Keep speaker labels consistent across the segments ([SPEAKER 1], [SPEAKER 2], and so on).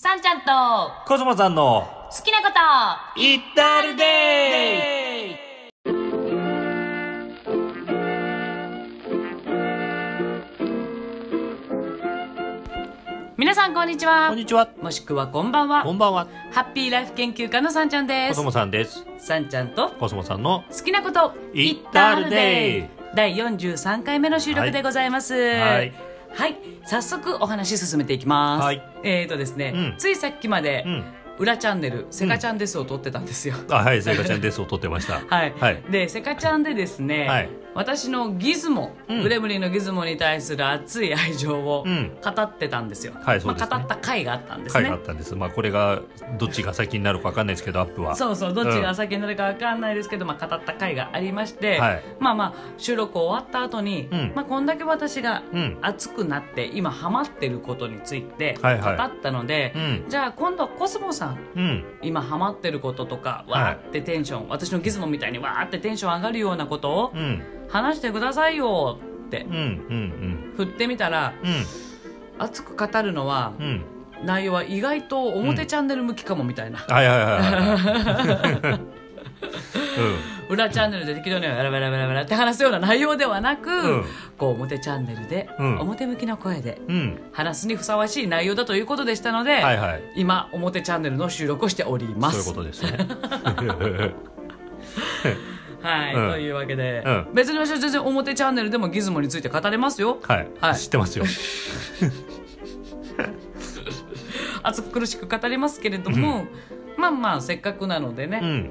[SPEAKER 1] さんちゃんと
[SPEAKER 2] コスモさんの
[SPEAKER 1] 好きなこと
[SPEAKER 2] イッタルデイ。
[SPEAKER 1] 皆さんこんにちは。
[SPEAKER 2] こんにちは。
[SPEAKER 1] もしくはこんばんは。
[SPEAKER 2] こんばんは。
[SPEAKER 1] ハッピーライフ研究家のさんちゃんです。
[SPEAKER 2] コスモさんです。
[SPEAKER 1] さんちゃんと
[SPEAKER 2] コスモさんの
[SPEAKER 1] 好きなこと
[SPEAKER 2] イッタルデイ
[SPEAKER 1] 第43回目の収録でございます。
[SPEAKER 2] はい
[SPEAKER 1] はい、早速お話進めていきます。
[SPEAKER 2] はい。
[SPEAKER 1] ですね、ついさっきまで、裏チャンネルセカチャンですを撮ってたんですよ。
[SPEAKER 2] はい、セカちゃんですを撮ってました。
[SPEAKER 1] はい、
[SPEAKER 2] はい。
[SPEAKER 1] でセカチャンでですね、
[SPEAKER 2] はい、
[SPEAKER 1] 私のギズモ、グレムリンのギズモに対する熱い愛情を語ってたんですよ。
[SPEAKER 2] はい、そうですね。
[SPEAKER 1] 語った回があったんですね。
[SPEAKER 2] 回があったんです。これがどっちが先になるか分かんないですけど、アップは
[SPEAKER 1] そうそう、どっちが先になるか分かんないですけど、語った回がありまして、
[SPEAKER 2] はい、
[SPEAKER 1] 収録終わった後に、こんだけ私が熱くなって今ハマってることについて語ったので、じゃあ今度コスモさん、今ハマってることとかわーってテンション、私のギズモみたいにわーってテンション上がるようなことを話してくださいよって振ってみたら、熱く語るのは、内容は意外と表チャンネル向きかもみたいな、裏チャンネルで適当にベラベラベラベラって話すような内容ではなく、こう表チャンネルで、表向きの声で話すにふさわしい内容だということでしたので、今表チャンネルの収録をしております。
[SPEAKER 2] そういうことですね。
[SPEAKER 1] はい、というわけで、別に私は全然表チャンネルでもギズモについて語れますよ。
[SPEAKER 2] はい、知ってますよ。
[SPEAKER 1] 熱く苦しく語りますけれども、せっかくなのでね、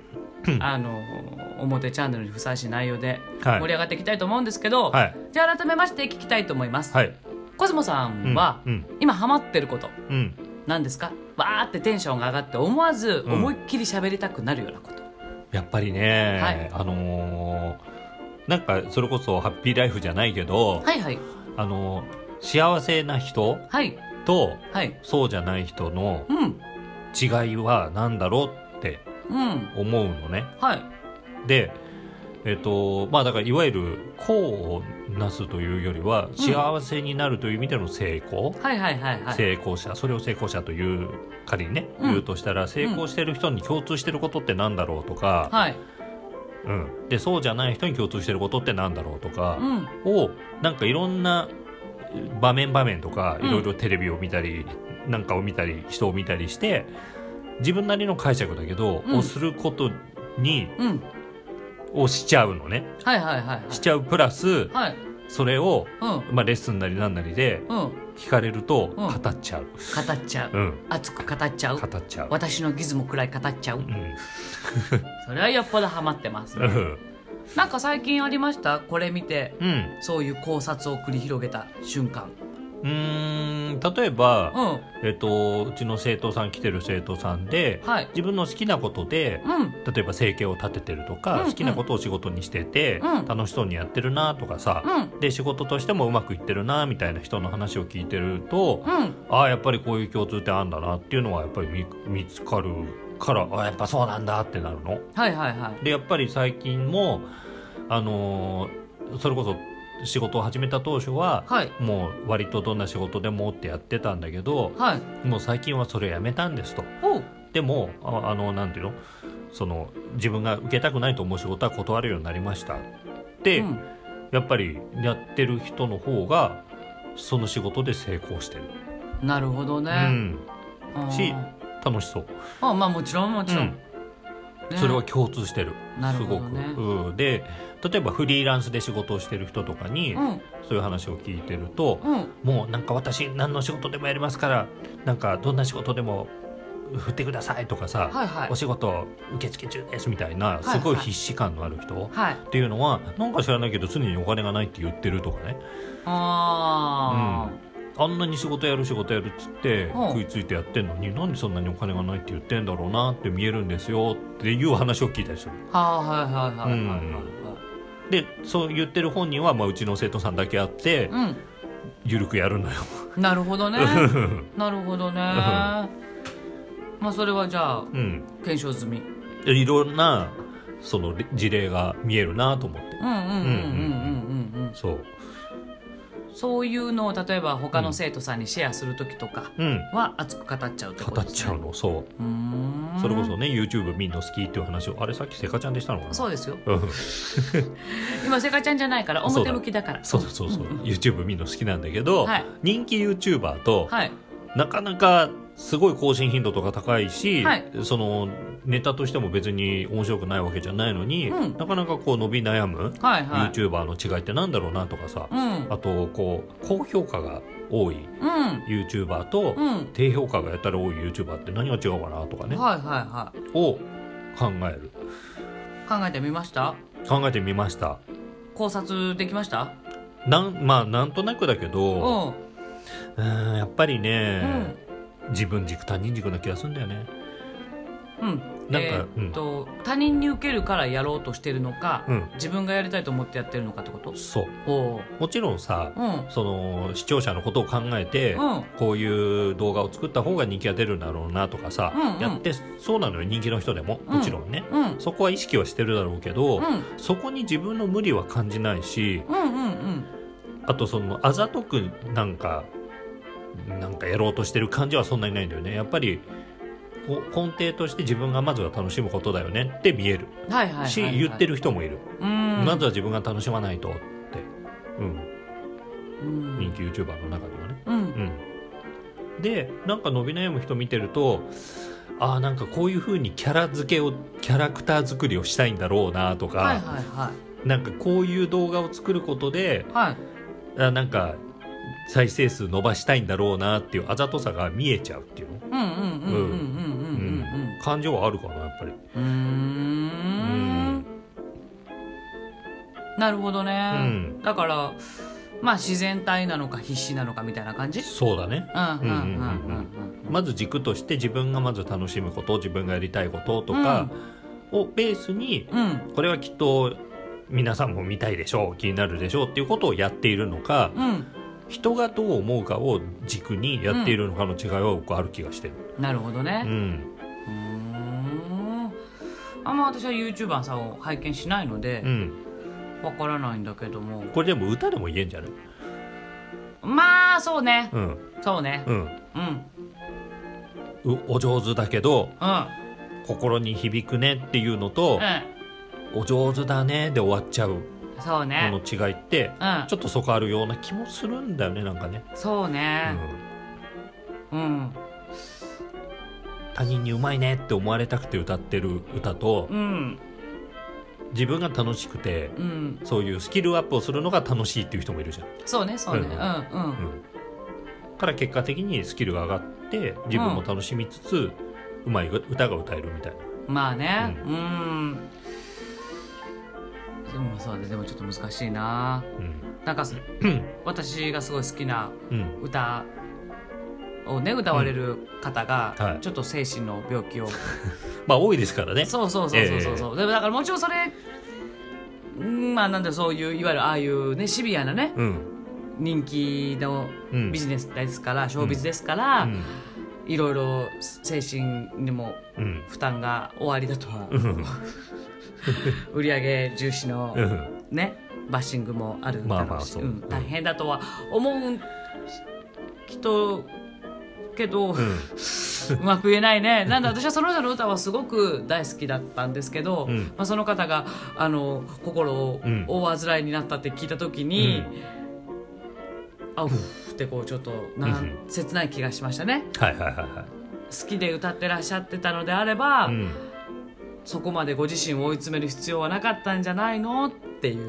[SPEAKER 1] 表チャンネルにふさわしい内容で盛り上がっていきたいと思うんですけど、じゃあ改めまして聞きたいと思います。コスモさんは、今ハマってること、何ですか？わーってテンションが上がって思わず思いっきり喋りたくなるようなこと。
[SPEAKER 2] やっぱりね、なんかそれこそハッピーライフじゃないけど、幸せな人と、そうじゃない人の違いは何だろうって思うのね。で、だからいわゆる功をなすというよりは、幸せになるという意味での成功、成功者、それを成功者という仮にね、言うとしたら、成功してる人に共通してることってなんだろうとか、でそうじゃない人に共通してることってなんだろうとかを、なんかいろんな場面とか、いろいろテレビを見たりなんかを見たり人を見たりして、自分なりの解釈だけど、をすることに、をしちゃうのね。しちゃうプラス、それを、レッスンなりなんなりで聞かれると語っちゃう、熱く語っちゃう、私のギズモくらい語っちゃう、それはよっぽどハマってますね。なんか最近ありました？これ見て、そういう考察を繰り広げた瞬間。 例えば、うちの生徒さん来てる生徒さんで、自分の好きなことで、例えば生計を立ててるとか、好きなことを仕事にしてて、楽しそうにやってるなとかさ、で仕事としてもうまくいってるなみたいな人の話を聞いてると、やっぱりこういう共通点あるんだなっていうのはやっぱり 見つかるから、やっぱそうなんだってなるの。でやっぱり最近もそれこそ仕事を始めた当初は、もう割とどんな仕事でもってやってたんだけど、もう最近はそれやめたんですと。でもなんていうの、その自分が受けたくないと思う仕事は断るようになりましたって、やっぱりやってる人の方がその仕事で成功してる。
[SPEAKER 1] なるほどね。
[SPEAKER 2] し楽しそう。
[SPEAKER 1] もちろん、
[SPEAKER 2] それは共通してる。すごく。で例えばフリーランスで仕事をしてる人とかに、そういう話を聞いてると、もうなんか私何の仕事でもやりますから、なんかどんな仕事でも振ってくださいとかさ、お仕事受付中ですみたいな、すごい必死感のある人っていうのは、なんか知らないけど常にお金がないって言ってるとかね。あんなに仕事やるっつって食いついてやってんのに、なんでそんなにお金がないって言ってんだろうなって見えるんですよっていう話を聞いたりする。でそう言ってる本人は、うちの生徒さんだけあって、緩くやるのよ。
[SPEAKER 1] なるほどね。なるほどね。それはじゃあ、検証済み。
[SPEAKER 2] いろんなその事例が見えるなと思って。
[SPEAKER 1] そういうのを例えば他の生徒さんにシェアする時とかは熱く語っちゃうってことですね。
[SPEAKER 2] 語っちゃうの、そう。それこそね YouTube 見んの好きっていう話をあれさっきセカちゃんでしたのかな。
[SPEAKER 1] そうですよ今セカちゃんじゃないから表向きだから。
[SPEAKER 2] そう YouTube 見んの好きなんだけど、はい、人気 YouTuber と、はい、なかなかすごい更新頻度とか高いし、はい、そのネタとしても別に面白くないわけじゃないのに、なかなかこう伸び悩む YouTuber の違いってなんだろうなとかさ、あとこう高評価が多い YouTuber と低評価がやったら多い YouTuber って何が違うかなとかね、を考
[SPEAKER 1] えてみました。
[SPEAKER 2] 考えてみました。
[SPEAKER 1] 考察できました。
[SPEAKER 2] なんとなくだけど、やっぱりね、自分軸他人軸な気がするんだよね。なんか、
[SPEAKER 1] 他人に受けるからやろうとしてるのか、自分がやりたいと思ってやってるのかってこと。
[SPEAKER 2] そう。もちろんさ、その視聴者のことを考えて、こういう動画を作った方が人気が出るんだろうなとかさ、やってそうなのよ、人気の人でももちろんね、そこは意識はしてるだろうけど、そこに自分の無理は感じないし、あとそのあざとくなんかやろうとしてる感じはそんなにないんだよね。やっぱり根底として自分がまずは楽しむことだよねって見えるし、言ってる人もいる。まずは自分が楽しまないとって、人気 YouTuber の中ではね。でなんか伸び悩む人見てると、なんかこういう風にキャラクター作りをしたいんだろうなとか、なんかこういう動画を作ることで、なんか再生数伸ばしたいんだろうなっていうあざとさが見えちゃうっていうの感情はあるかな、やっぱり。
[SPEAKER 1] なるほどね、だから自然体なのか必死なのかみたいな感じ。
[SPEAKER 2] そうだね。まず軸として自分がまず楽しむこと、自分がやりたいこととかをベースに、これはきっと皆さんも見たいでしょう、気になるでしょうっていうことをやっているのか、人がどう思うかを軸にやっているのかの違いは僕ある気がしてる。
[SPEAKER 1] なるほどね。あんま私は YouTuber さんを拝見しないのでわからないんだけども、
[SPEAKER 2] これでも歌でも言えんじゃない。
[SPEAKER 1] そうね、そうね、
[SPEAKER 2] お上手だけど、心に響くねっていうのと、お上手だねで終わっちゃうこの違いって、ちょっとそこあるような気もするんだよね、なんかね。
[SPEAKER 1] そうね、
[SPEAKER 2] 他人にうまいねって思われたくて歌ってる歌と、自分が楽しくて、そういうスキルアップをするのが楽しいっていう人もいるじゃん。
[SPEAKER 1] そうね
[SPEAKER 2] から結果的にスキルが上がって自分も楽しみつつ、うまい歌が歌えるみたいな。
[SPEAKER 1] でもちょっと難しいな、なんか私がすごい好きな歌をね歌われる方がちょっと精神の病気を
[SPEAKER 2] 多いですからね。
[SPEAKER 1] そうでもだからもちろんそれなんだそういういわゆるああいうねシビアなね、人気のビジネスですから、ショービズですから、いろいろ精神にも負担が終わりだとは売上重視のねバッシングもあるだろうし、大変だとは思う人けど、うまく言えないね。なんで私はその人の歌はすごく大好きだったんですけど、その方が心を大患いになったって聞いた時に、うってこうちょっと切ない気がしましたね。好きで歌ってらっしゃってたのであれば、そこまでご自身を追い詰める必要はなかったんじゃないのっていう。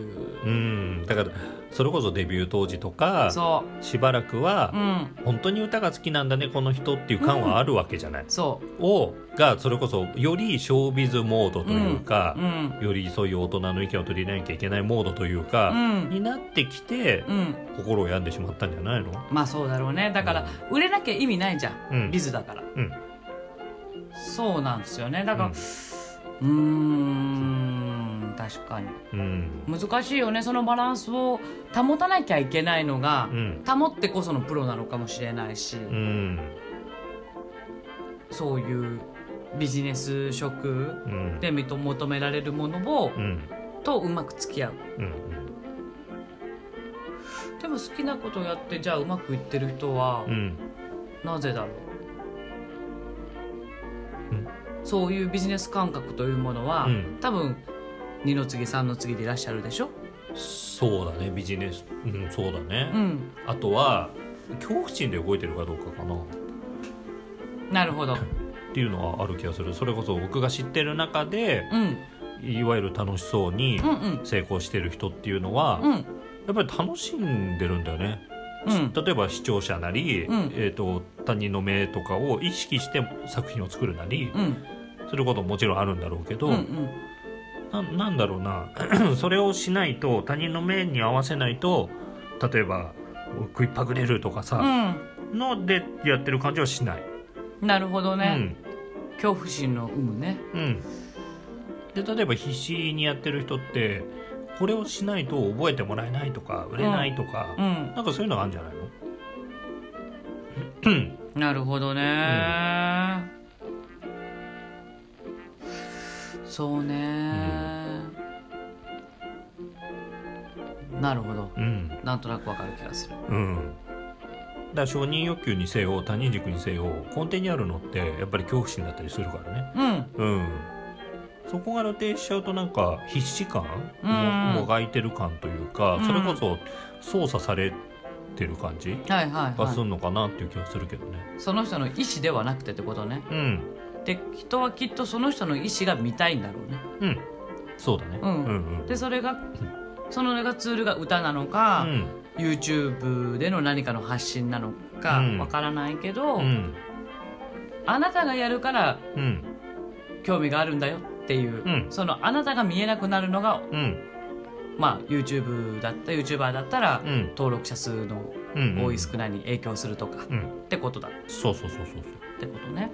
[SPEAKER 2] だからそれこそデビュー当時とかしばらくは、本当に歌が好きなんだねこの人っていう感はあるわけじゃない、がそれこそよりショービズモードというか、よりそういう大人の意見を取り入れなきゃいけないモードというか、になってきて、心を病んでしまったんじゃないの。
[SPEAKER 1] そうだろうね。だから、売れなきゃ意味ないじゃん、ビズだから、そうなんですよね。だから確かに、難しいよね。そのバランスを保たなきゃいけないのが、保ってこそのプロなのかもしれないし、そういうビジネス職で求められるものを、とうまく付き合う、でも好きなことをやってじゃあうまくいってる人は、なぜだろう、そういうビジネス感覚というものは、多分2の次3の次でいらっしゃるでしょ。
[SPEAKER 2] そうだね、ビジネス、そうだね、あとは恐怖心で動いてるかどうかかな。
[SPEAKER 1] なるほど
[SPEAKER 2] っていうのはある気がする。それこそ僕が知ってる中で、いわゆる楽しそうに成功してる人っていうのは、やっぱり楽しんでるんだよね。例えば視聴者なり、他人の目とかを意識して作品を作るなり、することももちろんあるんだろうけど、なんだろうなそれをしないと、他人の目に合わせないと、例えば食いっぱぐれるとかさ、のでやってる感じはしない。
[SPEAKER 1] なるほどね、恐怖心の有無ね。
[SPEAKER 2] で例えば必死にやってる人って、これをしないと覚えてもらえないとか売れないとか、なんかそういうのがあるんじゃないの？
[SPEAKER 1] なるほどね、そうね、なるほど、なんとなくわかる気がする。
[SPEAKER 2] だから承認欲求にせよ他人軸にせよ根底にあるのってやっぱり恐怖心だったりするからね。そこが露呈しちゃうと、なんか必死感、もがいてる感というか、それこそ操作されてる感じがするのかなっていう気がするけどね。
[SPEAKER 1] その人の意思ではなくてってことね。で人はきっとその人の意思が見たいんだろうね。
[SPEAKER 2] そうだね。
[SPEAKER 1] でそれがそのツールが歌なのか、YouTube での何かの発信なのかわからないけど、あなたがやるから興味があるんだよっていう、そのあなたが見えなくなるのが、まあ YouTuber だったら、登録者数の多い少ないに影響するとか、ってことだ。
[SPEAKER 2] そうって
[SPEAKER 1] ことね。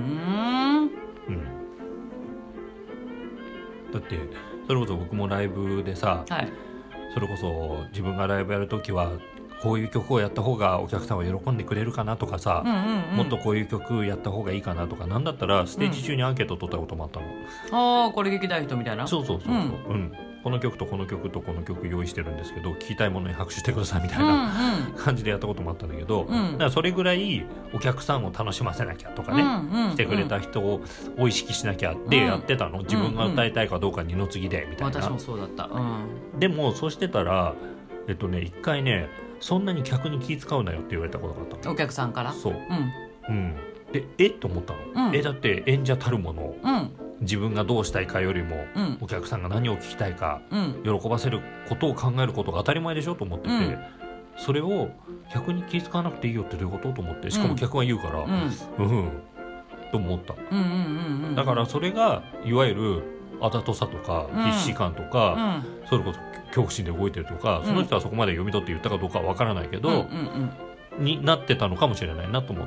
[SPEAKER 2] だってそれこそ僕もライブでさ、それこそ自分がライブやるときはこういう曲をやった方がお客さんは喜んでくれるかなとかさ、もっとこういう曲やった方がいいかなとか、なんだったらステージ中にアンケート取ったこともあったの。
[SPEAKER 1] これ劇団人みたいな。
[SPEAKER 2] そう、この曲とこの曲とこの曲用意してるんですけど、聴きたいものに拍手してくださいみたいな感じでやったこともあったんだけど、だからそれぐらいお客さんを楽しませなきゃとかね、来てくれた人を意識しなきゃってやってたの。自分が歌いたいかどうか二の次でみたいな。
[SPEAKER 1] 私もそうだった。
[SPEAKER 2] でもそうしてたら一回ね、そんなに客に気使うなよって言われたことがあったの。
[SPEAKER 1] お客さんから。
[SPEAKER 2] そう、でと思ったの。だって演者たるもの、自分がどうしたいかよりも、お客さんが何を聞きたいか、喜ばせることを考えることが当たり前でしょと思ってて、それを客に気使わなくていいよってどういうことと思って、しかも客が言うから、と思った。だからそれがいわゆるあざとさとか必死感とか、それこそ恐怖心で動いてるとか、その人はそこまで読み取って言ったかどうかは分からないけど、になってたのかもしれないなと思った。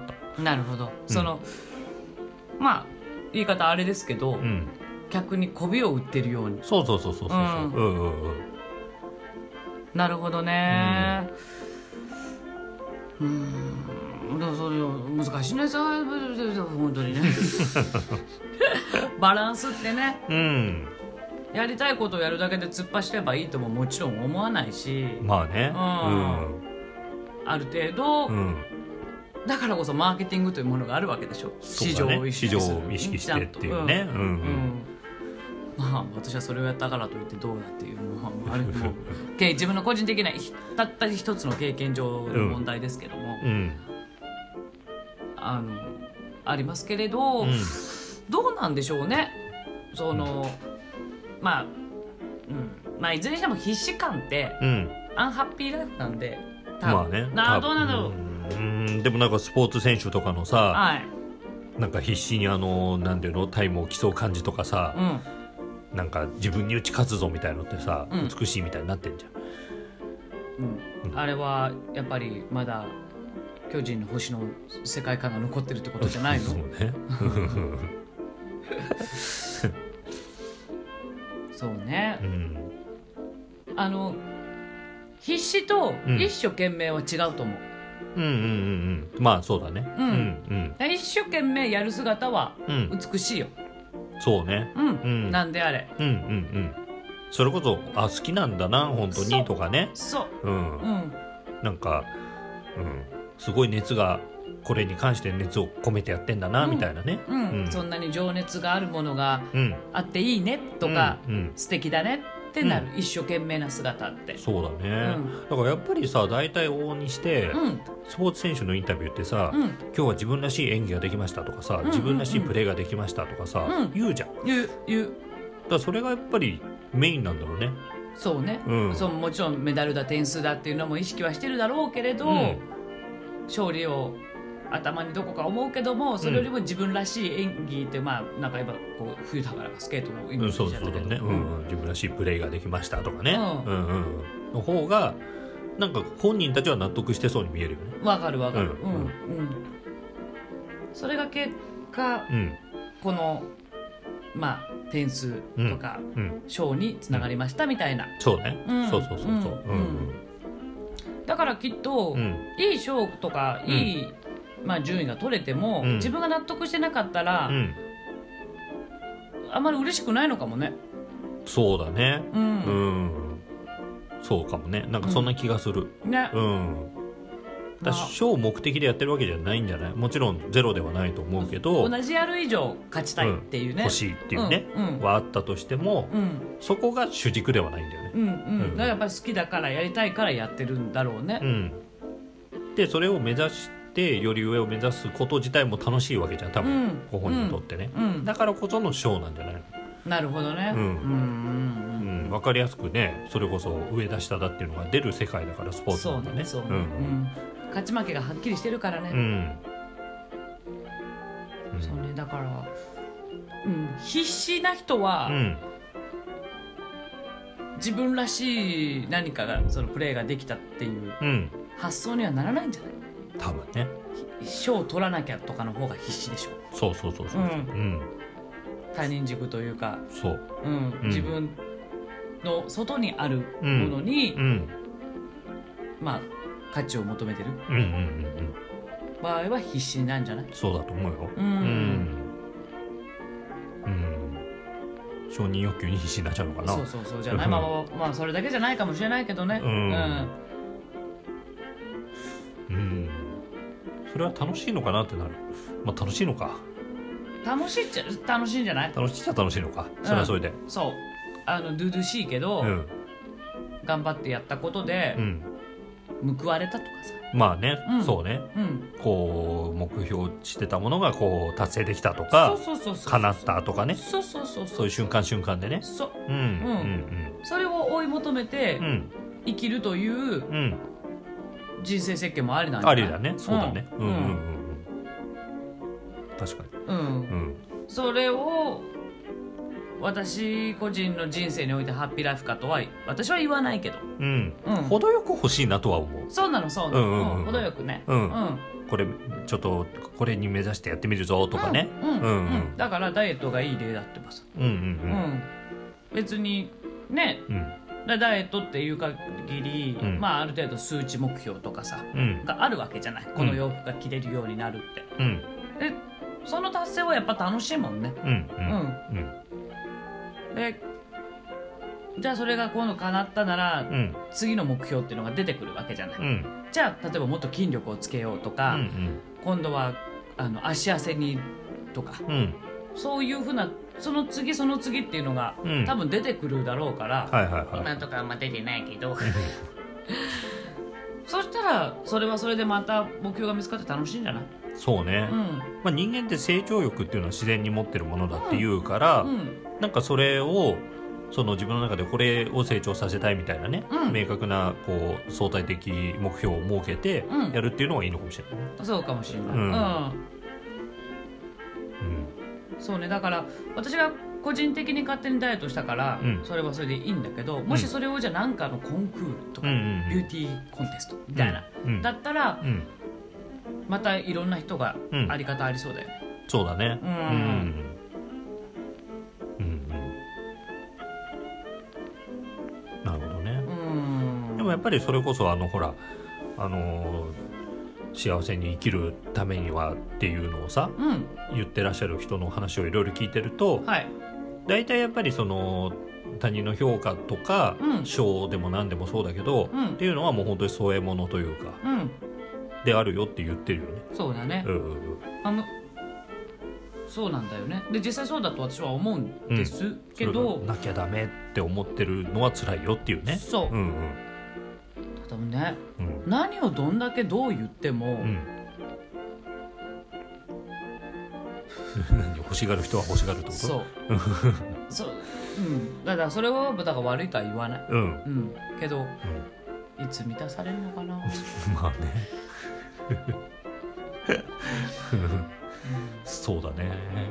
[SPEAKER 1] なるほど。まあ言い方あれですけど、客に媚びを売ってるように。そう。なるほどね。でもそれ難しいね、本当にね。バランスってね。やりたいことをやるだけで突っ走ればいいとももちろん思わないし。
[SPEAKER 2] まあね。
[SPEAKER 1] ある程度。だからこそマーケティングというものがあるわけでしょ。市場を意識してっていうね。まあ私はそれをやったからといってどうだっていうのはあれも自分の個人的なたった一つの経験上の問題ですけども、ありますけれど、どうなんでしょうね。まあいずれにしても必死感ってアンハッピーライフなんで、
[SPEAKER 2] まあね。
[SPEAKER 1] どうなんだろう。
[SPEAKER 2] でもなんかスポーツ選手とかのさ、なんか必死になんていうの、タイムを競う感じとかさ、なんか自分に打ち勝つぞみたいのってさ、美しいみたいになってんじ
[SPEAKER 1] ゃん。あれはやっぱりまだ巨人の星の世界観が残ってるってことじゃないの？そうね。そうね。必死と一生懸命は違うと思う。
[SPEAKER 2] まあそうだね。
[SPEAKER 1] 一生懸命やる姿は美しいよ。
[SPEAKER 2] そうね。
[SPEAKER 1] なんであれ。
[SPEAKER 2] それこそ好きなんだな本当にとかね。
[SPEAKER 1] そう。
[SPEAKER 2] なんか、すごい熱がこれに関して熱を込めてやってんだなみたいなね、
[SPEAKER 1] そんなに情熱があるものがあっていいねとか、素敵だねってなる、一生懸命な姿って。
[SPEAKER 2] そうだね、だからやっぱりさ、大体往々にして、スポーツ選手のインタビューってさ、今日は自分らしい演技ができましたとかさ、自分らしいプレーができましたとかさ、言うじゃん。
[SPEAKER 1] 言う
[SPEAKER 2] だからそれがやっぱりメインなんだろうね。
[SPEAKER 1] そうね、そうもちろんメダルだ点数だっていうのも意識はしてるだろうけれど、勝利を頭にどこか思うけども、それよりも自分らしい演技って、なんかやっぱこう冬だからスケートのイメージだったけど、
[SPEAKER 2] 自分らしいプレーができましたとかね、の方がなんか本人たちは納得してそうに見えるよね。
[SPEAKER 1] わかるわかる、それが結果、この点数とか賞につながりましたみたいな。
[SPEAKER 2] そうね、そう
[SPEAKER 1] だからきっと、いい賞とかいい、順位が取れても、自分が納得してなかったら、あんまり嬉しくないのかもね。
[SPEAKER 2] そうだね、そうかもね。なんかそんな気がする、
[SPEAKER 1] ね。
[SPEAKER 2] 賞を目的でやってるわけじゃないんじゃない。もちろんゼロではないと思うけど、
[SPEAKER 1] 同じやる以上勝ちたいっていうね、
[SPEAKER 2] 欲しいっていうね、はあったとしても、そこが主軸ではないんだよね。
[SPEAKER 1] だからやっぱり好きだからやりたいからやってるんだろうね。
[SPEAKER 2] でそれを目指してより上を目指すこと自体も楽しいわけじゃん、多分、ご本人にとってね、だからこその賞なんじゃないの。
[SPEAKER 1] なるほどね。
[SPEAKER 2] 分かりやすくね、それこそ上だ下だっていうのが出る世界だから、スポーツなんだね。
[SPEAKER 1] そうね、勝ち負けがはっきりしてるからね。そうね、だから、必死な人は、自分らしい何かがそのプレーができたっていう発想にはならないんじゃない？
[SPEAKER 2] 多分ね。
[SPEAKER 1] 賞を取らなきゃとかの方が必死でしょ。
[SPEAKER 2] そう、
[SPEAKER 1] 他人軸というか、
[SPEAKER 2] そう、
[SPEAKER 1] 自分の外にあるものに、価値を求めてる場合は必死になるんじゃない？
[SPEAKER 2] そうだと思うよ。承認欲求に必死になっちゃうのかな。
[SPEAKER 1] そうじゃない。それだけじゃないかもしれないけどね。
[SPEAKER 2] それは楽しいのかなってなる。楽しいのか。
[SPEAKER 1] 楽しいっちゃ楽しいんじゃない？
[SPEAKER 2] 楽しいっちゃ楽しいのか。それはそれで。
[SPEAKER 1] そう。ドゥドゥしいけど、頑張ってやったことで、報われたとかさ。
[SPEAKER 2] そうね。こう目標してたものがこう達成できたとか、叶ったとかね。そういう瞬間瞬間でね。それを追い求めて生きるという人生設計もありなんじゃない？ ありだね。そうだね。確かに。
[SPEAKER 1] それを私個人の人生においてハッピーライフかとは私は言わないけど、
[SPEAKER 2] 程よく欲しいなとは思う。
[SPEAKER 1] そうなの程よくね。
[SPEAKER 2] これちょっとこれに目指してやってみるぞとかね。
[SPEAKER 1] だからダイエットがいい例だってます。別にね、ダイエットっていう限り、ある程度数値目標とかさ、があるわけじゃない。この洋服が着れるようになるって。でその達成はやっぱ楽しいもんね。でじゃあそれが今度叶ったなら、次の目標っていうのが出てくるわけじゃない。じゃあ例えばもっと筋力をつけようとか、今度は足痩せにとか、そういうふうなその次っていうのが、多分出てくるだろうから、今とかあんま出てないけどそしたらそれはそれでまた目標が見つかって楽しいんじゃない？
[SPEAKER 2] そうね、人間って成長欲っていうのは自然に持ってるものだっていうから、なんかそれをその自分の中でこれを成長させたいみたいなね、明確なこう相対的目標を設けてやるっていうのがいいのかもしれないね。
[SPEAKER 1] そうかもしれない。そうね、だから私が個人的に勝手にダイエットしたから、それはそれでいいんだけど、もしそれをじゃあ何かのコンクールとか、ビューティーコンテストみたいな、だったら、またいろんな人があり方ありそうだよね。
[SPEAKER 2] そうだね。なるほどね。でもやっぱりそれこそほら幸せに生きるためにはっていうのをさ、言ってらっしゃる人の話をいろいろ聞いてると、大体やっぱりその他人の評価とか、賞でも何でもそうだけど、っていうのはもう本当に添え物というか、であるよって言ってるよね。
[SPEAKER 1] そうだね、そうなんだよね。で実際そうだと私は思うんですけど、
[SPEAKER 2] なきゃダメって思ってるのは辛いよっていうね。
[SPEAKER 1] そう、ただね、何をどんだけどう言っても、
[SPEAKER 2] 欲しがる人は欲しがるってこと。
[SPEAKER 1] そうそう、だからそれはだから悪いとは言わない、けど、いつ満たされるのかな
[SPEAKER 2] まあねそうだね。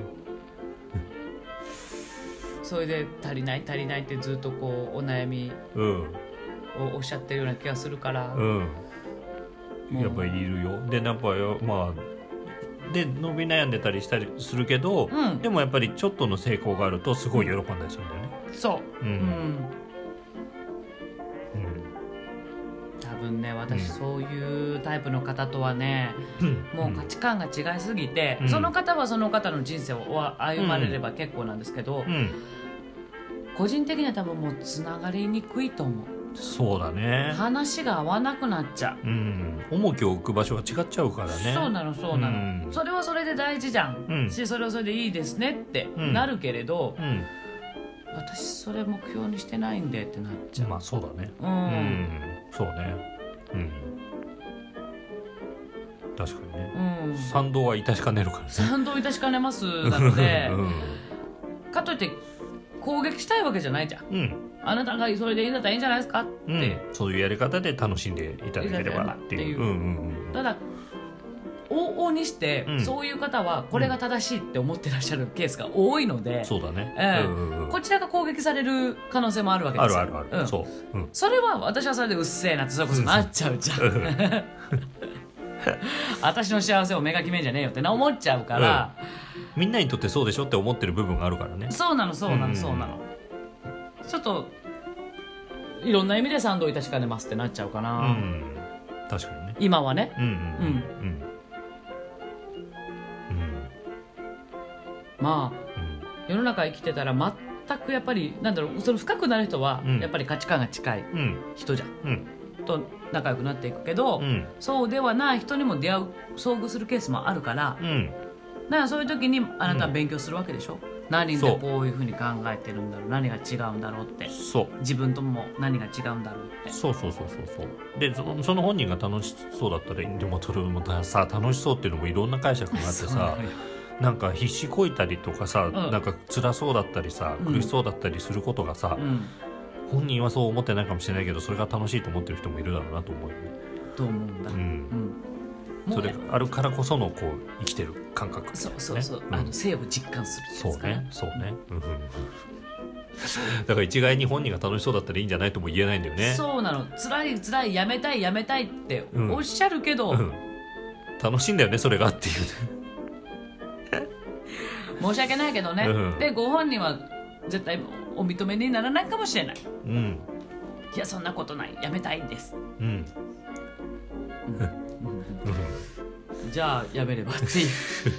[SPEAKER 1] それで足りない足りないってずっとこうお悩みをおっしゃってるような気がするから、
[SPEAKER 2] やっぱりいるよ。でなんかまあで伸び悩んでたりしたりするけど、でもやっぱりちょっとの成功があるとすごい喜んだりするんだよね。
[SPEAKER 1] そう、多分ね私そういうタイプの方とはね、もう価値観が違いすぎて、その方はその方の人生を歩まれれば結構なんですけど、個人的には多分もうつながりにくいと思う。
[SPEAKER 2] そうだね。
[SPEAKER 1] 話が合わなくなっちゃう。
[SPEAKER 2] 重きを置く場所が違っちゃうからね。
[SPEAKER 1] そうなのそうなの、それはそれで大事じゃん、しそれはそれでいいですねってなるけれど、私それ目標にしてないんでってなっちゃう。
[SPEAKER 2] まあそうだね。そうね。確かにね。賛同は致しかねるからね。
[SPEAKER 1] 賛同致しかねますなので、かといって攻撃したいわけじゃないじゃん。あなたがそれでいいんだったらいいんじゃないですかって、
[SPEAKER 2] そういうやり方で楽しんでいただければっていう。ただ
[SPEAKER 1] 往々にして、そういう方はこれが正しいって思ってらっしゃるケースが多いので、
[SPEAKER 2] そうだね、
[SPEAKER 1] こちらが攻撃される可能性もあるわけですよ。
[SPEAKER 2] ある、そう、
[SPEAKER 1] それは私はそれでうっせえなってそれこそなっちゃうじゃん私の幸せを目が決めんじゃねえよって思っちゃうから、
[SPEAKER 2] みんなにとってそうでしょって思ってる部分があるからね。
[SPEAKER 1] そうなのちょっといろんな意味で賛同いたしかねますってなっちゃうかな、
[SPEAKER 2] 確かにね。
[SPEAKER 1] 今はね。まあ、世の中生きてたら全くやっぱりなんだろう、その深くなる人はやっぱり価値観が近い人じゃん、と仲良くなっていくけど、そうではない人にも遭遇するケースもあるから、だからそういう時にあなたは勉強するわけでしょ、何でこういうふうに考えてるんだろう、何が違うんだろうって、自分とも何が違うんだろうって。そう
[SPEAKER 2] でその本人が楽しそうだったら、でもそれもさ楽しそうっていうのもいろんな解釈があってさなんか必死こいたりとかさ、なんか辛そうだったりさ、苦しそうだったりすることがさ、本人はそう思ってないかもしれないけど、それが楽しいと思ってる人もいるだろうなと思うよね。
[SPEAKER 1] と思うんだ。
[SPEAKER 2] それがあるからこそのこう生きてる感覚、
[SPEAKER 1] そう、生を実感する。
[SPEAKER 2] そうね。だから一概に本人が楽しそうだったらいいんじゃないとも言えないんだよね。
[SPEAKER 1] そうなの。辛いやめたいっておっしゃるけど、
[SPEAKER 2] 楽しいんだよねそれがっていう
[SPEAKER 1] 申し訳ないけどね、でご本人は絶対お認めにならないかもしれない、いやそんなことない、やめたいんです、じゃあやめればっていう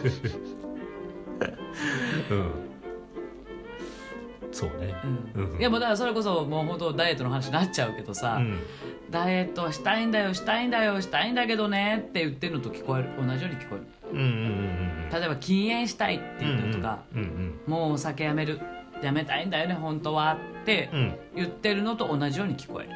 [SPEAKER 2] そうね、
[SPEAKER 1] いやもうだからそれこそもう本当ダイエットの話になっちゃうけどさ、ダイエットはしたいんだけどねって言ってるのと聞こえる、同じように聞こえる、例えば禁煙したいっていうのとか、もうお酒やめたいんだよね本当はって言ってるのと同じように聞こえる。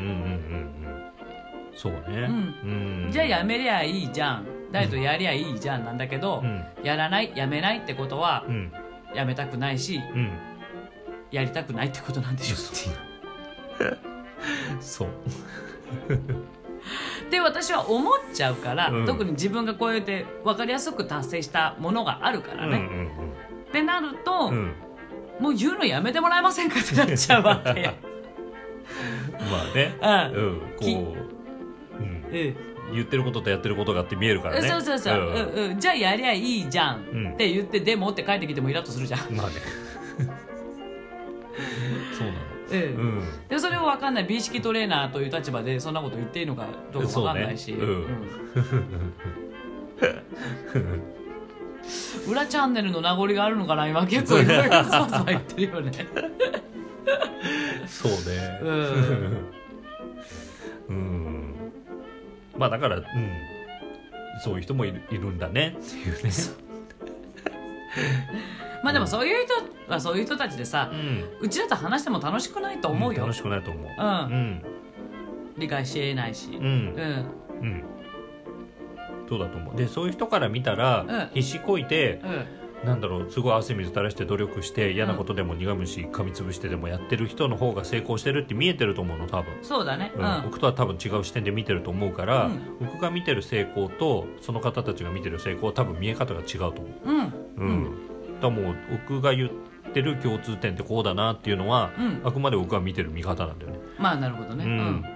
[SPEAKER 2] そうね、
[SPEAKER 1] じゃあやめりゃいいじゃん、ダイエットやりゃいいじゃんなんだけど、やめないってことは、やめたくないし、やりたくないってことなんでしょっていう
[SPEAKER 2] そう
[SPEAKER 1] で私は思っちゃうから、特に自分がこうやって分かりやすく達成したものがあるからね、ってなると、もう言うのやめてもらえませんかってなっちゃうわけよ
[SPEAKER 2] まあね、言ってることとやってることがあって見えるからね。
[SPEAKER 1] そう、じゃあやりゃいいじゃんって言って、でもって帰ってきてもイラッとするじゃん。
[SPEAKER 2] まあねそうなの。
[SPEAKER 1] でそれを分かんない美意識トレーナーという立場でそんなこと言っていいのかどうか分かんないし、裏チャンネルの名残があるのかな今結構いろいろそう言ってるよね
[SPEAKER 2] そうね。まあだから、そういう人もいるんだねっていうね。
[SPEAKER 1] まあでもそういう人はそういう人たちでさ、うちらと話しても楽しくないと思うよ。
[SPEAKER 2] 楽しくないと思う。
[SPEAKER 1] 理解しえないし。
[SPEAKER 2] そうだと思う。でそういう人から見たら、必死こいて、なんだろう、すごい汗水垂らして努力して嫌なことでも苦虫噛みつぶしてでもやってる人の方が成功してるって見えてると思うの、多分。
[SPEAKER 1] そうだね。
[SPEAKER 2] 僕とは多分違う視点で見てると思うから、僕が見てる成功とその方たちが見てる成功は多分見え方が違うと思う。だからもう僕が言ってる共通点ってこうだなっていうのは、あくまで僕が見てる見方なんだよね。
[SPEAKER 1] まあなるほどね。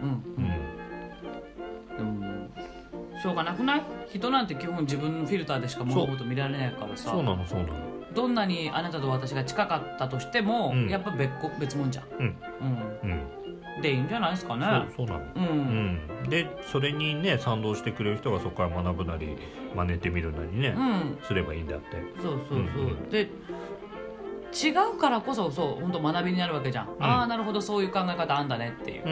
[SPEAKER 1] しょうがなくない？人なんて基本自分のフィルターでしか物事見られないからさ。
[SPEAKER 2] そうなの。
[SPEAKER 1] どんなにあなたと私が近かったとしても、やっぱ別物じゃん。でいいんじゃないですかね。
[SPEAKER 2] そうなの。でそれにね賛同してくれる人がそこから学ぶなり真似てみるなりね、すればいいんだって。
[SPEAKER 1] そう。で違うからこそ本当学びになるわけじゃん。ああなるほど、そういう考え方あんだねっていう。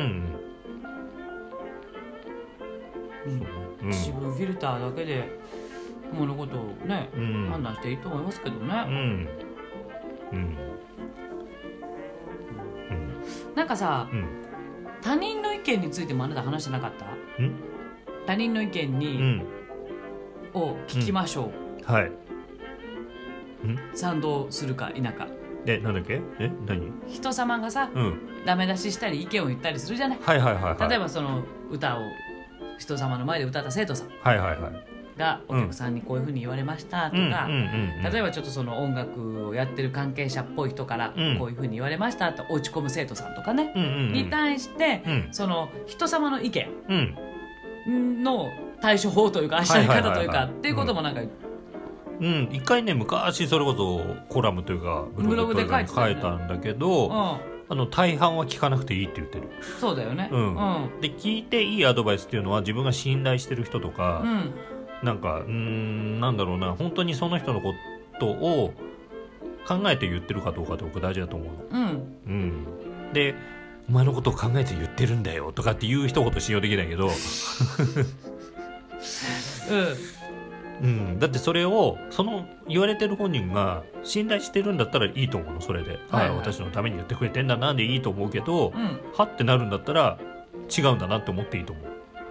[SPEAKER 1] 自分フィルターだけで物事をね、判断していいと思いますけどね。なんかさ、他人の意見についてもあなた話してなかった？他人の意見に、を聞きましょう。
[SPEAKER 2] はい。
[SPEAKER 1] 賛同するか否か。
[SPEAKER 2] なんだっけ？何？
[SPEAKER 1] 人様がさ、ダメ出ししたり意見を言ったりするじゃない。例えばその歌を人様の前で歌った生徒さんがお客さんにこういうふうに言われましたとか、例えばちょっとその音楽をやってる関係者っぽい人からこういうふうに言われましたと落ち込む生徒さんとかね、に対してその人様の意見の対処法というかあしらい方というかっていうこともなんか
[SPEAKER 2] 一回ね昔それこそコラムというかブログで書いたんだけど、大半は聞かなくていいって言ってる。
[SPEAKER 1] そうだよね。
[SPEAKER 2] で聞いていいアドバイスっていうのは自分が信頼してる人とか、なんかなんだろうな、本当にその人のことを考えて言ってるかどうかって僕大事だと思うの。でお前のことを考えて言ってるんだよとかっていう一言信用できないけどだってそれをその言われてる本人が信頼してるんだったらいいと思うの。それで、私のために言ってくれてんだなでいいと思うけど、はってなるんだったら違うんだなって思っていいと思う。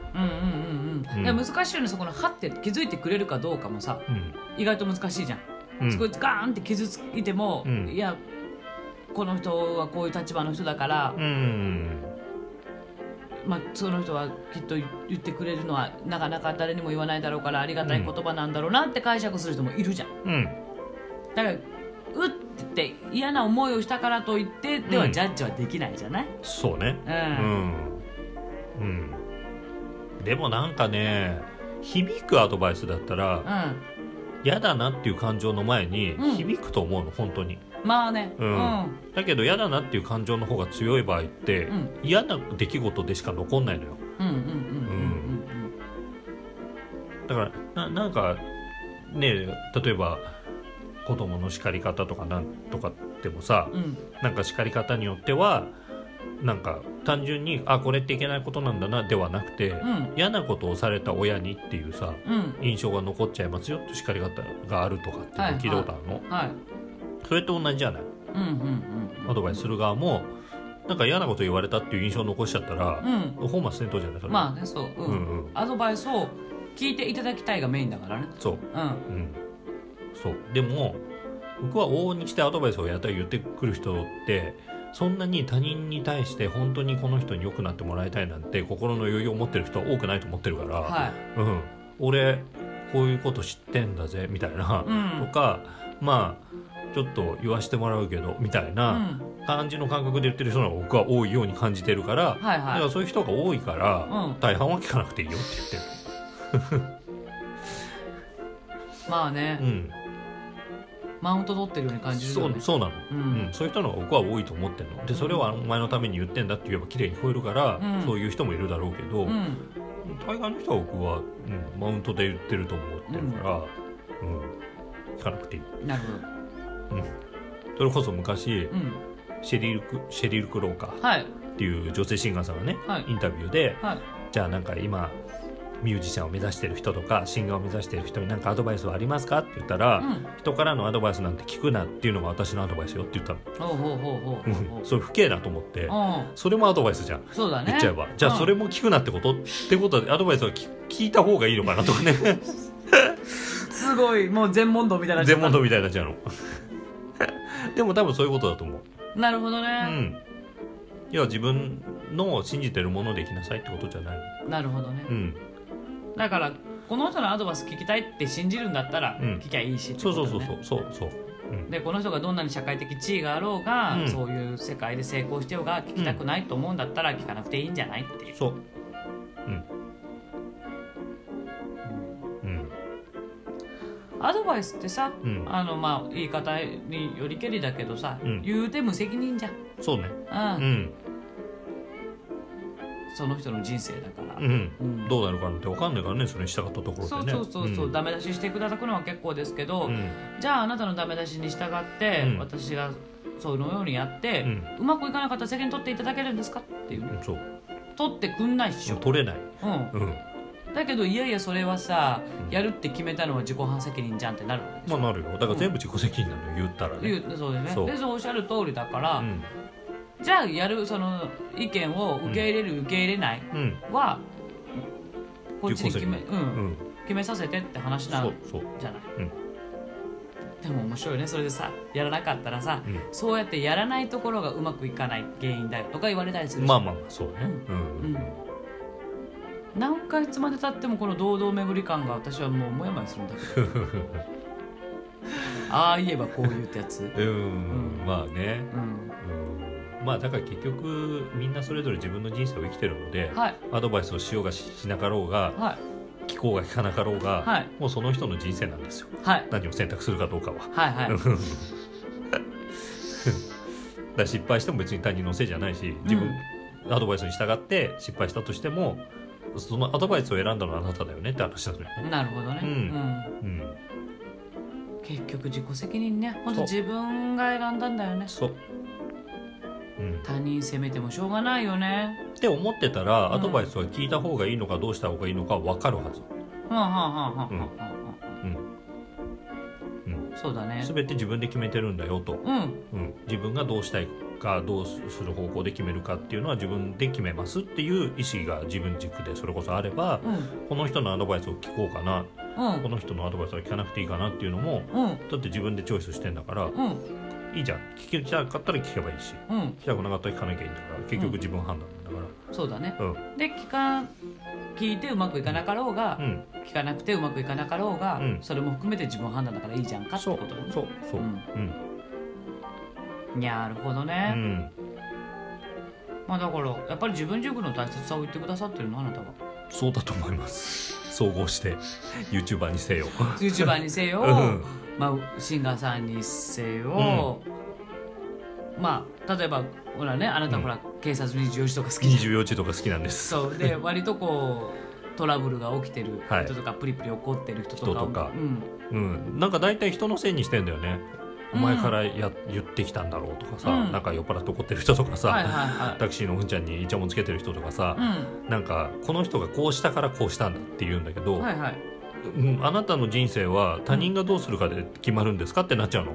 [SPEAKER 1] 難しいよね、そこのはって気づいてくれるかどうかもさ、意外と難しいじゃん。そこでガーンって傷ついても、いやこの人はこういう立場の人だから、その人はきっと言ってくれるのはなかなか誰にも言わないだろうからありがたい言葉なんだろうなって解釈する人もいるじゃん。だからうって嫌な思いをしたからといってではジャッジはできないじゃない。
[SPEAKER 2] そうね。でもなんかね、響くアドバイスだったら、嫌だなっていう感情の前に響くと思うの、本当に。
[SPEAKER 1] まあね、
[SPEAKER 2] だけど嫌だなっていう感情の方が強い場合って、嫌な出来事でしか残んないのよ。だからなんかね、例えば子供の叱り方とかなんとかってもさ、なんか叱り方によってはなんか単純にこれっていけないことなんだなではなくて、嫌なことをされた親にっていうさ、印象が残っちゃいますよって叱り方があるとかって聞いたことあるの。それと同じじゃない。アドバイスする側もなんか嫌なこと言われたっていう印象を残しちゃったら、本末転倒じゃない。
[SPEAKER 1] まあね、そう、アドバイスを聞いていただきたいがメインだからね。
[SPEAKER 2] そう、そう。でも僕は往々にしてアドバイスを言ってくる人ってそんなに他人に対して本当にこの人に良くなってもらいたいなんて心の余裕を持ってる人は多くないと思ってるから、俺こういうこと知ってんだぜみたいな、とかまあちょっと言わしてもらうけどみたいな感じの感覚で言ってる人の方が僕は多いように感じてるから、だからそういう人が多いから、大半は聞かなくていいよって言ってる。
[SPEAKER 1] まあね、マウント取ってるように感じるよね。
[SPEAKER 2] そうなの、そういう人の方が僕は多いと思ってるので、それはお前のために言ってんだって言えば綺麗に聞こえるから、そういう人もいるだろうけど、大概の人は僕は、マウントで言ってると思ってるから、聞かなくていい。
[SPEAKER 1] なるほど。
[SPEAKER 2] それこそ昔、 シェリル・クローカーっていう女性シンガーさんがね、インタビューで、じゃあなんか今ミュージシャンを目指している人とかシンガーを目指している人に何かアドバイスはありますかって言ったら、人からのアドバイスなんて聞くなっていうのが私のアドバイスよって言ったの。それ不敬なと思って、それもアドバイスじゃん。
[SPEAKER 1] そうだね、
[SPEAKER 2] 言っちゃえば、じゃあそれも聞くなってこと、ってことはアドバイスは聞いた方がいいのかなとかね
[SPEAKER 1] すごいもう全問答みたいな
[SPEAKER 2] 全問答みたいになっちゃうのでも多分そういうことだと思う。
[SPEAKER 1] なるほどね、
[SPEAKER 2] 要は自分の信じてるもので生きなさいってことじゃない。
[SPEAKER 1] なるほどね、だからこの人のアドバイス聞きたいって信じるんだったら聞きゃいいしってことね、
[SPEAKER 2] そう、
[SPEAKER 1] でこの人がどんなに社会的地位があろうが、そういう世界で成功してようが聞きたくないと思うんだったら聞かなくていいんじゃないっていう。
[SPEAKER 2] そう、
[SPEAKER 1] アドバイスってさ、まあ言い方によりけりだけどさ、言うて無責任じゃん。
[SPEAKER 2] そうね、
[SPEAKER 1] その人の人生だから、
[SPEAKER 2] どうなるかなんて分かんないからね、それに従ったところでね。
[SPEAKER 1] そう、ダメ出ししてくださるのは結構ですけど、じゃああなたのダメ出しに従って、私がそのようにやって、うまくいかなかったら責任取っていただけるんですかっていうね。取ってくんないっしょ。
[SPEAKER 2] 取れない。
[SPEAKER 1] だけどいやいやそれはさ、やるって決めたのは自己反責任じゃんってなるわけでしょ。
[SPEAKER 2] なるよ。だから全部自己責任なのよ、言ったらね。
[SPEAKER 1] そうですね。でそうおっしゃる通りだから、じゃあやるその意見を受け入れる、受け入れないは、こっちに決めさせてって話なんじゃない。でも面白いね、それでさやらなかったらさ、そうやってやらないところがうまくいかない原因だよとか言われたりするし。
[SPEAKER 2] まあそうね。
[SPEAKER 1] 何回いつまでたってもこの堂々巡り感が私はもうモヤモヤするんだけどああ言えばこう言うってやつ。
[SPEAKER 2] まあね、まあだから結局みんなそれぞれ自分の人生を生きてるので、アドバイスをしようがしなかろうが、聞こうが聞かなかろうが、もうその人の人生なんですよ、何を選択するかどうかは。だ失敗しても別に他人のせいじゃないし、自分アドバイスに従って失敗したとしても、そのアドバイスを選んだのはあなただよねって話だよね。
[SPEAKER 1] なるほどね。結局自己責任ね。本当自分が選んだんだよね。
[SPEAKER 2] そう、
[SPEAKER 1] 他人責めてもしょうがないよね
[SPEAKER 2] って思ってたら、アドバイスは聞いた方がいいのかどうした方がいいのか分かるはず。
[SPEAKER 1] そうだね。
[SPEAKER 2] 全て自分で決めてるんだよと、自分がどうしたいかどうする方向で決めるかっていうのは自分で決めますっていう意思が自分軸でそれこそあれば、この人のアドバイスを聞こうかな、この人のアドバイスは聞かなくていいかなっていうのも、だって自分でチョイスしてんだから、いいじゃん。聞きたかったら聞けばいいし、聞きたくなかったら聞かなきゃいいんだから、結局自分判断なんだから。
[SPEAKER 1] そうだね。で聞いてうまくいかなかろうが、聞かなくてうまくいかなかろうが、それも含めて自分判断だからいいじゃんかってことだね。
[SPEAKER 2] そう
[SPEAKER 1] なるほどね。まあだからやっぱり自分軸の大切さを言ってくださってるの、あなたは。
[SPEAKER 2] そうだと思います。総合して YouTuber にせよ
[SPEAKER 1] YouTuber にせよ、まあシンガーさんにせよ、まあ例えばほらね、あなたほら、警察24時とか好き
[SPEAKER 2] 24時とか好きなんです。
[SPEAKER 1] そうで割とこうトラブルが起きてる人とか、プリプリ怒ってる人とか、
[SPEAKER 2] なんか大体人のせいにしてんだよね。お前から言ってきたんだろうとかさ、なんか酔っ払って怒ってる人とかさ、タクシーのうんちゃんにイチャモンつけてる人とかさ、なんかこの人がこうしたからこうしたんだって言うんだけど、あなたの人生は他人がどうするかで決まるんですかってなっちゃうの。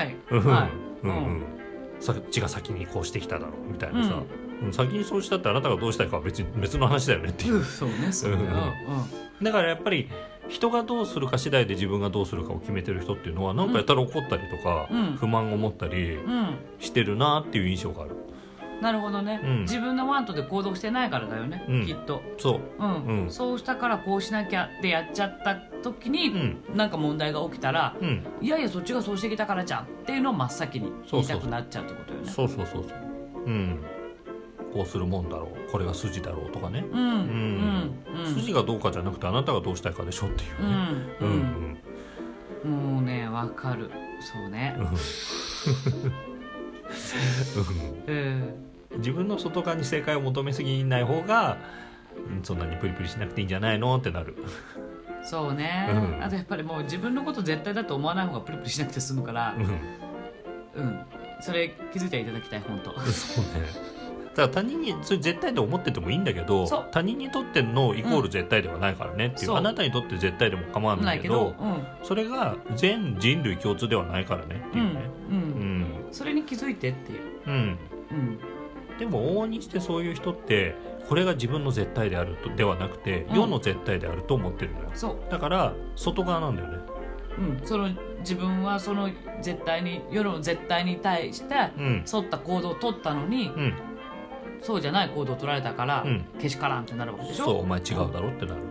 [SPEAKER 2] そっちが先にこうしてきただろうみたいなさ、先にそうしたってあなたがどうしたいかは別の話だよねっていう。だからやっぱり人がどうするか次第で自分がどうするかを決めてる人っていうのは、なんかやたら怒ったりとか、不満を持ったりしてるなっていう印象がある。
[SPEAKER 1] なるほどね、自分のワントで行動してないからだよね、きっと。そうしたからこうしなきゃってやっちゃった時に、なんか問題が起きたら、いやいやそっちがそうしてきたからじゃんっていうのを真っ先に言いたくなっちゃうってことよね。
[SPEAKER 2] こうするもんだろう、これが筋だろうとかね、筋がどうかじゃなくてあなたがどうしたいかでしょっていうね。
[SPEAKER 1] もうね、わかる。そうね
[SPEAKER 2] 自分の外側に正解を求めすぎない方が、そんなにプリプリしなくていいんじゃないのってなる。
[SPEAKER 1] そうね、あとやっぱりもう自分のこと絶対だと思わない方がプリプリしなくて済むから、 それ気づいていただきたい、本当。
[SPEAKER 2] そうね。だから他人にそれ絶対で思っててもいいんだけど、他人にとってのイコール絶対ではないからねっていう、あなたにとって絶対でも構わないけど、それが全人類共通ではないからねっていうね。
[SPEAKER 1] それに気づいてっていう。
[SPEAKER 2] でも往々にしてそういう人ってこれが自分の絶対であるとではなくて、世の絶対であると思ってるのよ。だから外側なんだよね。
[SPEAKER 1] その自分はその絶対に世の絶対に対して沿った行動を取ったのに、そうじゃない行動を取られたから、けしからんってなるわけでしょ。
[SPEAKER 2] そう、お前違うだろってなる。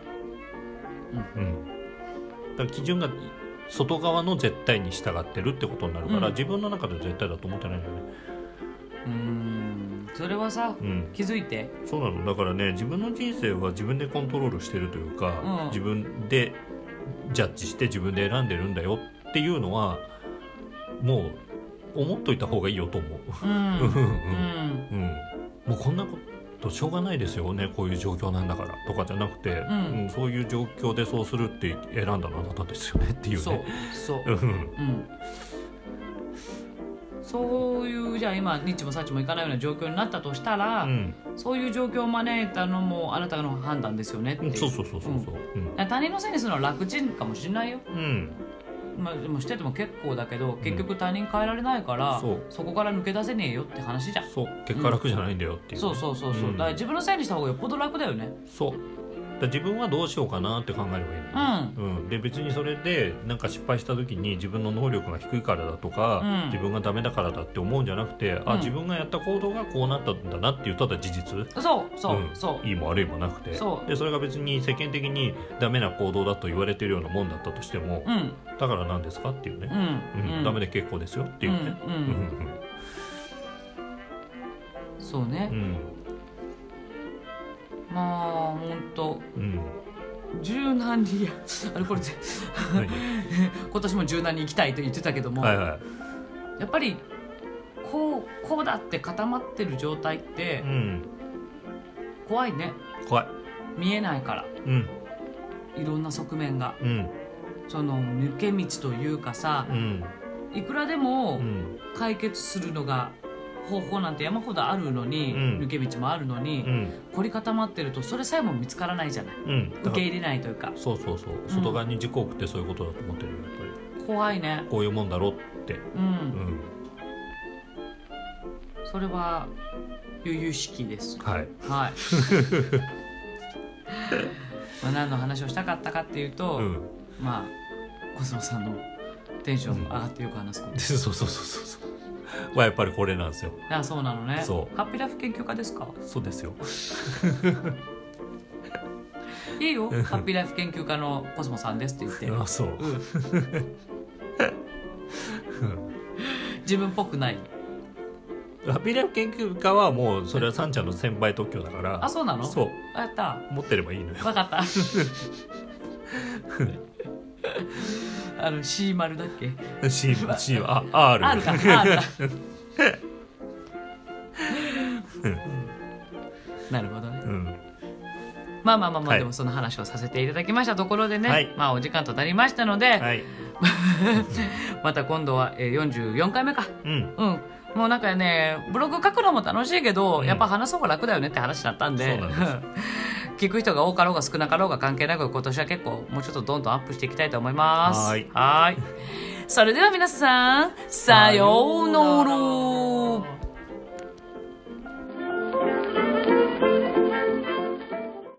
[SPEAKER 2] だから基準が外側の絶対に従ってるってことになるから、自分の中で絶対だと思ってないんだよね。
[SPEAKER 1] それはさ、気づいて。
[SPEAKER 2] そうなの。だからね、自分の人生は自分でコントロールしてるというか、自分でジャッジして自分で選んでるんだよっていうのはもう思っといた方がいいよと思う。もうこんなことしょうがないですよね、こういう状況なんだからとかじゃなくて、そういう状況でそうするって選んだのはあなたですよねっていうね。
[SPEAKER 1] そういうじゃあ今ニッチもサッチもいかないような状況になったとしたら、そういう状況を招いたのもあなたの判断ですよねっていう。
[SPEAKER 2] そう。
[SPEAKER 1] 他人のせいにするのは楽ちんかもしれないよ。でもしてても結構だけど、結局他人変えられないから、そこから抜け出せねえよって話じゃん。
[SPEAKER 2] そう、結果楽じゃないんだよっていう、
[SPEAKER 1] そう、だから自分のせいにした方がよっぽど楽だよね。
[SPEAKER 2] そうだ、自分はどうしようかなって考えればいいの、で別にそれでなんか失敗した時に自分の能力が低いからだとか、自分がダメだからだって思うんじゃなくて、自分がやった行動がこうなったんだなっていうただ事実。いいも悪いもなくて、でそれが別に世間的にダメな行動だと言われてるようなもんだったとしても、だから何ですかっていうね、ダメで結構ですよっていうね。
[SPEAKER 1] そうね。まあほんと、柔軟にあれこれ今年も柔軟に行きたいと言ってたけども、やっぱりこうだって固まってる状態って、怖いね。
[SPEAKER 2] 怖い。
[SPEAKER 1] 見えないから、いろんな側面が、その抜け道というかさ、いくらでも解決するのが方法なんて山ほどあるのに、抜け道もあるのに、凝り固まってるとそれさえも見つからないじゃない、受け入れないというか。
[SPEAKER 2] そう外側に自己を送ってそういうことだと思ってるよ、やっぱり。
[SPEAKER 1] 怖いね。
[SPEAKER 2] こういうもんだろって。
[SPEAKER 1] それは由々しきです。何の話をしたかったかっていうと、コスモさんのテンション上がってよく話すこと。
[SPEAKER 2] そうやっぱりこれなんですよ。
[SPEAKER 1] そうなのね。ハッピーライフ研究家ですか？
[SPEAKER 2] そうですよ。
[SPEAKER 1] いいよ、ハッピーライフ研究家のコスモさんですって言って。
[SPEAKER 2] そう。
[SPEAKER 1] 自分っぽくない。
[SPEAKER 2] ハッピーライフ研究家はもうそれはサンちゃんの先輩特許だから。
[SPEAKER 1] そうなの？
[SPEAKER 2] そう。
[SPEAKER 1] やった。
[SPEAKER 2] 持ってればいいのよ。
[SPEAKER 1] 分かった。C 丸だっけ？
[SPEAKER 2] C はR
[SPEAKER 1] か。なるほどね。まあ、でもその話をさせていただきましたところでね、お時間となりましたので、また今度は44回目か。もうなんかね、ブログ書くのも楽しいけど、やっぱ話す方が楽だよねって話だったんで、聞く人が多かろうが少なかろうが関係なく、今年は結構もうちょっとどんどんアップしていきたいと思います。はい。それでは皆さん、さようなら。